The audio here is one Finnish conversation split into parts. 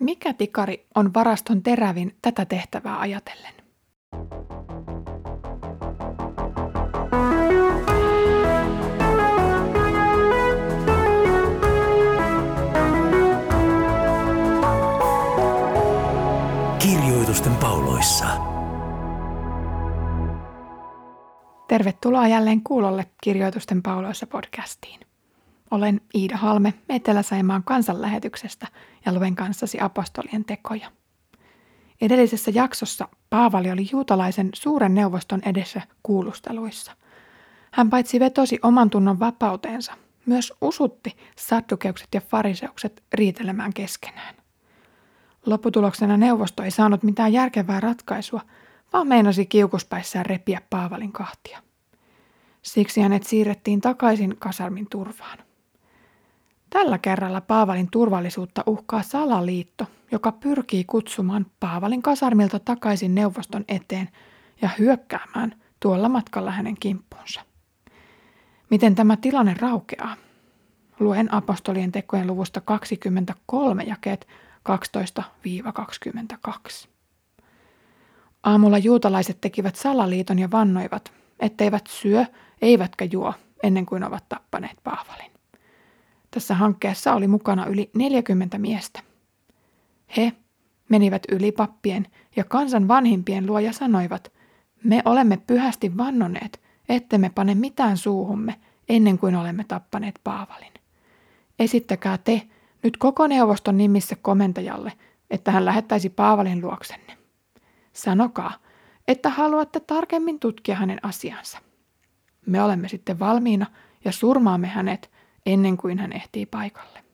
Mikä tikari on varaston terävin tätä tehtävää ajatellen? Kirjoitusten pauloissa. Tervetuloa jälleen kuulolle Kirjoitusten pauloissa podcastiin. Olen Iida Halme Etelä-Saimaan kansanlähetyksestä ja luen kanssasi apostolien tekoja. Edellisessä jaksossa Paavali oli juutalaisen suuren neuvoston edessä kuulusteluissa. Hän paitsi vetosi oman tunnon vapauteensa, myös usutti saddukeukset ja fariseukset riitelemään keskenään. Lopputuloksena neuvosto ei saanut mitään järkevää ratkaisua, vaan meinasi kiukuspäissään repiä Paavalin kahtia. Siksi hänet siirrettiin takaisin kasarmin turvaan. Tällä kerralla Paavalin turvallisuutta uhkaa salaliitto, joka pyrkii kutsumaan Paavalin kasarmilta takaisin neuvoston eteen ja hyökkäämään tuolla matkalla hänen kimppuunsa. Miten tämä tilanne raukeaa? Luen apostolien tekojen luvusta 23 jakeet 12-22. Aamulla juutalaiset tekivät salaliiton ja vannoivat, etteivät syö eivätkä juo ennen kuin ovat tappaneet Paavalin. Tässä hankkeessa oli mukana yli 40 miestä. He menivät yli pappien ja kansan vanhimpien luo ja sanoivat, me olemme pyhästi vannoneet, ettemme pane mitään suuhumme ennen kuin olemme tappaneet Paavalin. Esittäkää te nyt koko neuvoston nimissä komentajalle, että hän lähettäisi Paavalin luoksenne. Sanokaa, että haluatte tarkemmin tutkia hänen asiansa. Me olemme sitten valmiina ja surmaamme hänet ennen kuin hän ehtii paikalle.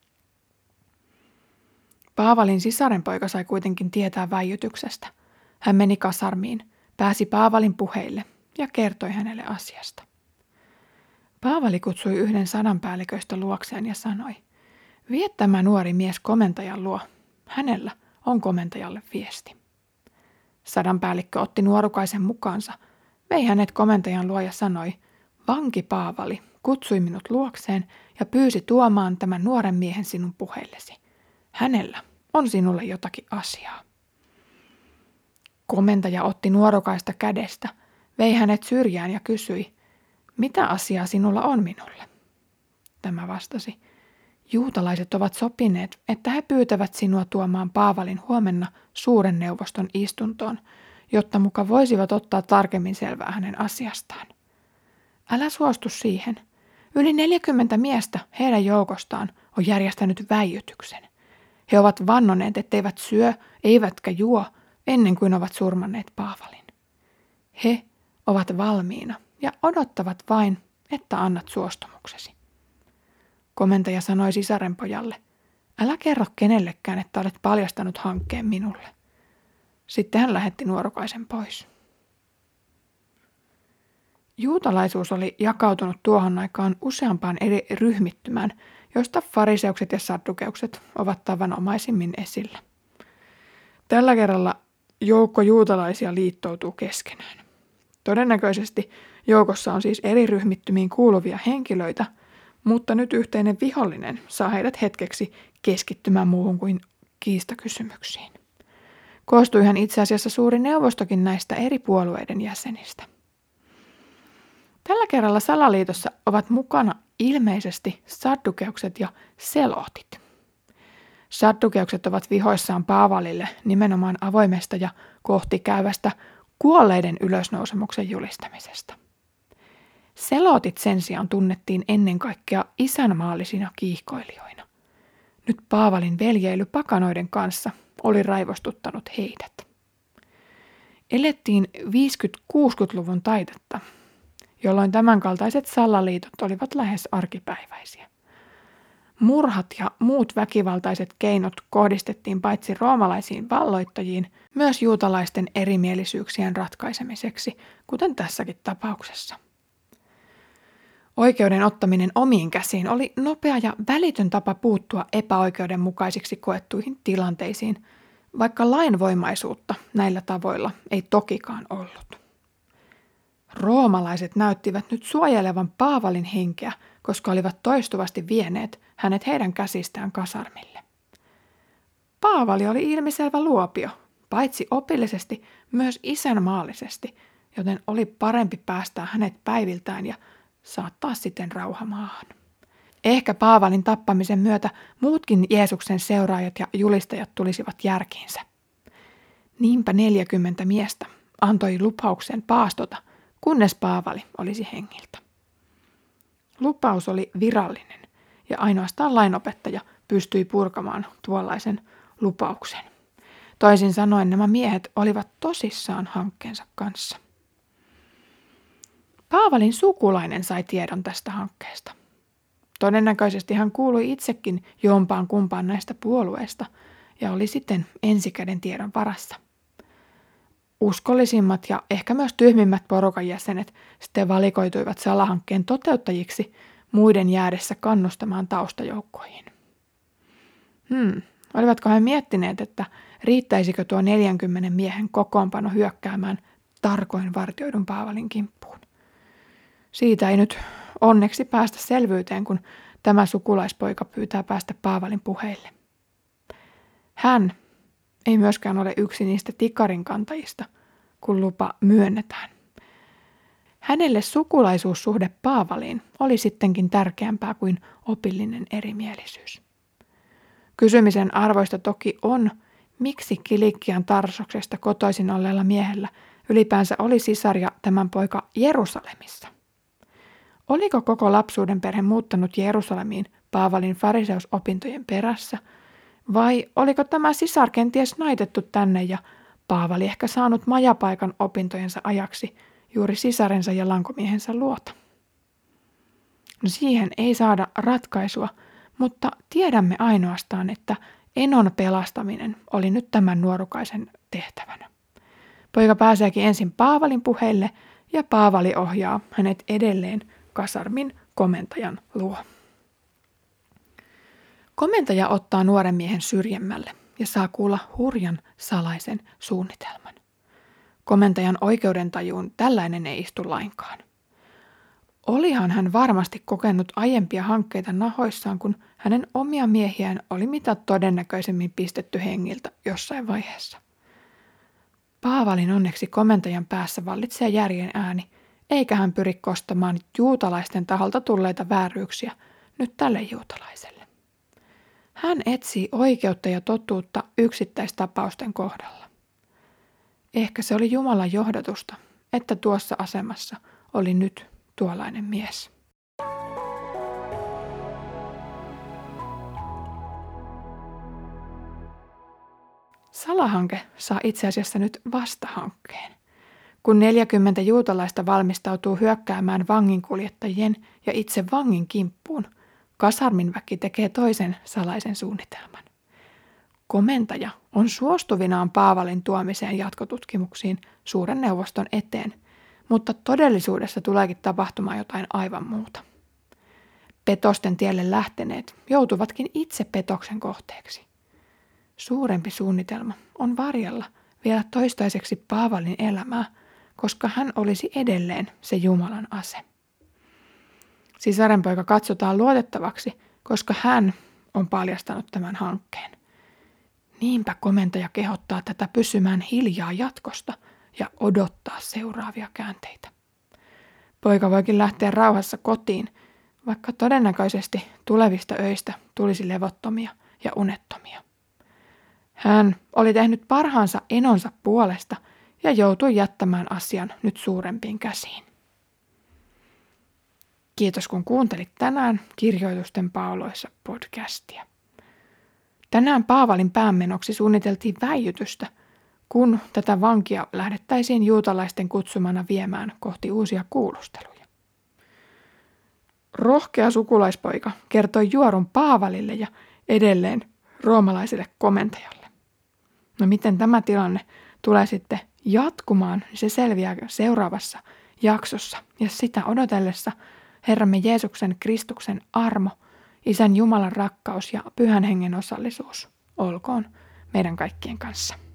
Paavalin sisarenpoika sai kuitenkin tietää väijytyksestä. Hän meni kasarmiin, pääsi Paavalin puheille ja kertoi hänelle asiasta. Paavali kutsui yhden sadanpäälliköistä luokseen ja sanoi, vie tämä nuori mies komentajan luo. Hänellä on komentajalle viesti. Sadanpäällikkö otti nuorukaisen mukaansa, vei hänet komentajan luo ja sanoi, vanki Paavali kutsui minut luokseen ja pyysi tuomaan tämän nuoren miehen sinun puheillesi. Hänellä on sinulle jotakin asiaa. Komentaja otti nuorukaista kädestä, vei hänet syrjään ja kysyi, mitä asiaa sinulla on minulle? Tämä vastasi, juutalaiset ovat sopineet, että he pyytävät sinua tuomaan Paavalin huomenna suuren neuvoston istuntoon, jotta muka voisivat ottaa tarkemmin selvää hänen asiastaan. Älä suostu siihen. Yli 40 miestä heidän joukostaan on järjestänyt väijytyksen. He ovat vannoneet, etteivät syö eivätkä juo ennen kuin ovat surmanneet Paavalin. He ovat valmiina ja odottavat vain, että annat suostumuksesi. Komentaja sanoi sisarenpojalle, älä kerro kenellekään, että olet paljastanut hankkeen minulle. Sitten hän lähetti nuorukaisen pois. Juutalaisuus oli jakautunut tuohon aikaan useampaan eri ryhmittymään, joista fariseukset ja saddukeukset ovat tavanomaisimmin esillä. Tällä kerralla joukko juutalaisia liittoutuu keskenään. Todennäköisesti joukossa on siis eri ryhmittymiin kuuluvia henkilöitä, mutta nyt yhteinen vihollinen saa heidät hetkeksi keskittymään muuhun kuin kiistakysymyksiin. Koostuihan itse asiassa suuri neuvostokin näistä eri puolueiden jäsenistä. Tällä kerralla salaliitossa ovat mukana ilmeisesti saddukeukset ja selootit. Saddukeukset ovat vihoissaan Paavalille nimenomaan avoimesta ja kohti käyvästä kuolleiden ylösnousemuksen julistamisesta. Selootit sen sijaan tunnettiin ennen kaikkea isänmaallisina kiihkoilijoina. Nyt Paavalin veljeily pakanoiden kanssa oli raivostuttanut heidät. Elettiin 50-60-luvun taitetta, jolloin tämänkaltaiset salaliitot olivat lähes arkipäiväisiä. Murhat ja muut väkivaltaiset keinot kohdistettiin paitsi roomalaisiin valloittajiin, myös juutalaisten erimielisyyksien ratkaisemiseksi, kuten tässäkin tapauksessa. Oikeuden ottaminen omiin käsiin oli nopea ja välitön tapa puuttua epäoikeudenmukaisiksi koettuihin tilanteisiin, vaikka lainvoimaisuutta näillä tavoilla ei tokikaan ollut. Roomalaiset näyttivät nyt suojelevan Paavalin henkeä, koska olivat toistuvasti vieneet hänet heidän käsistään kasarmille. Paavali oli ilmiselvä luopio, paitsi opillisesti, myös isänmaallisesti, joten oli parempi päästää hänet päiviltään ja saattaa siten rauha maahan. Ehkä Paavalin tappamisen myötä muutkin Jeesuksen seuraajat ja julistajat tulisivat järkiinsä. Niinpä 40 miestä antoi lupauksen paastota, kunnes Paavali olisi hengiltä. Lupaus oli virallinen ja ainoastaan lainopettaja pystyi purkamaan tuollaisen lupauksen. Toisin sanoen nämä miehet olivat tosissaan hankkeensa kanssa. Paavalin sukulainen sai tiedon tästä hankkeesta. Todennäköisesti hän kuului itsekin jompaan kumpaan näistä puolueista ja oli siten ensikäden tiedon varassa. Uskollisimmat ja ehkä myös tyhmimmät porukan jäsenet sitten valikoituivat salahankkeen toteuttajiksi muiden jäädessä kannustamaan taustajoukkoihin. Olivatko he miettineet, että riittäisikö tuo 40 miehen kokoonpano hyökkäämään tarkoin vartioidun Paavalin kimppuun? Siitä ei nyt onneksi päästä selvyyteen, kun tämä sukulaispoika pyytää päästä Paavalin puheille. Hän ei myöskään ole yksi niistä tikarin kantajista, kun lupa myönnetään. Hänelle sukulaisuussuhde Paavaliin oli sittenkin tärkeämpää kuin opillinen erimielisyys. Kysymisen arvoista toki on, miksi Kilikian Tarsoksesta kotoisin olleella miehellä ylipäänsä oli sisar ja tämän poika Jerusalemissa. Oliko koko lapsuuden perhe muuttanut Jerusalemiin Paavalin fariseusopintojen perässä, vai oliko tämä sisar kenties naitettu tänne ja Paavali ehkä saanut majapaikan opintojensa ajaksi juuri sisarensa ja lankomiehensä luota? No siihen ei saada ratkaisua, mutta tiedämme ainoastaan, että Enon pelastaminen oli nyt tämän nuorukaisen tehtävänä. Poika pääseekin ensin Paavalin puheille ja Paavali ohjaa hänet edelleen kasarmin komentajan luo. Komentaja ottaa nuoren miehen syrjemmälle ja saa kuulla hurjan salaisen suunnitelman. Komentajan oikeudentajuun tällainen ei istu lainkaan. Olihan hän varmasti kokenut aiempia hankkeita nahoissaan, kun hänen omia miehiään oli mitä todennäköisemmin pistetty hengiltä jossain vaiheessa. Paavalin onneksi komentajan päässä vallitsee järjen ääni, eikä hän pyri kostamaan juutalaisten taholta tulleita vääryyksiä nyt tälle juutalaiselle. Hän etsii oikeutta ja totuutta yksittäistapausten kohdalla. Ehkä se oli Jumalan johdatusta, että tuossa asemassa oli nyt tuollainen mies. Salahanke saa itse asiassa nyt vastahankkeen. Kun 40 juutalaista valmistautuu hyökkäämään vanginkuljettajien ja itse vangin kimppuun, kasarmin väki tekee toisen salaisen suunnitelman. Komentaja on suostuvinaan Paavalin tuomiseen jatkotutkimuksiin suuren neuvoston eteen, mutta todellisuudessa tuleekin tapahtumaan jotain aivan muuta. Petosten tielle lähteneet joutuvatkin itse petoksen kohteeksi. Suurempi suunnitelma on varjella vielä toistaiseksi Paavalin elämää, koska hän olisi edelleen se Jumalan ase. Sisarenpoika katsotaan luotettavaksi, koska hän on paljastanut tämän hankkeen. Niinpä komentaja kehottaa tätä pysymään hiljaa jatkosta ja odottaa seuraavia käänteitä. Poika voikin lähteä rauhassa kotiin, vaikka todennäköisesti tulevista öistä tulisi levottomia ja unettomia. Hän oli tehnyt parhaansa enonsa puolesta ja joutui jättämään asian nyt suurempiin käsiin. Kiitos kun kuuntelit tänään Kirjoitusten pauloissa podcastia. Tänään Paavalin päämenoksi suunniteltiin väijytystä, kun tätä vankia lähdettäisiin juutalaisten kutsumana viemään kohti uusia kuulusteluja. Rohkea sukulaispoika kertoi juorun Paavalille ja edelleen roomalaiselle komentajalle. No miten tämä tilanne tulee sitten jatkumaan, niin se selviää seuraavassa jaksossa ja sitä odotellessa Herramme Jeesuksen Kristuksen armo, Isän Jumalan rakkaus ja Pyhän Hengen osallisuus olkoon meidän kaikkien kanssa.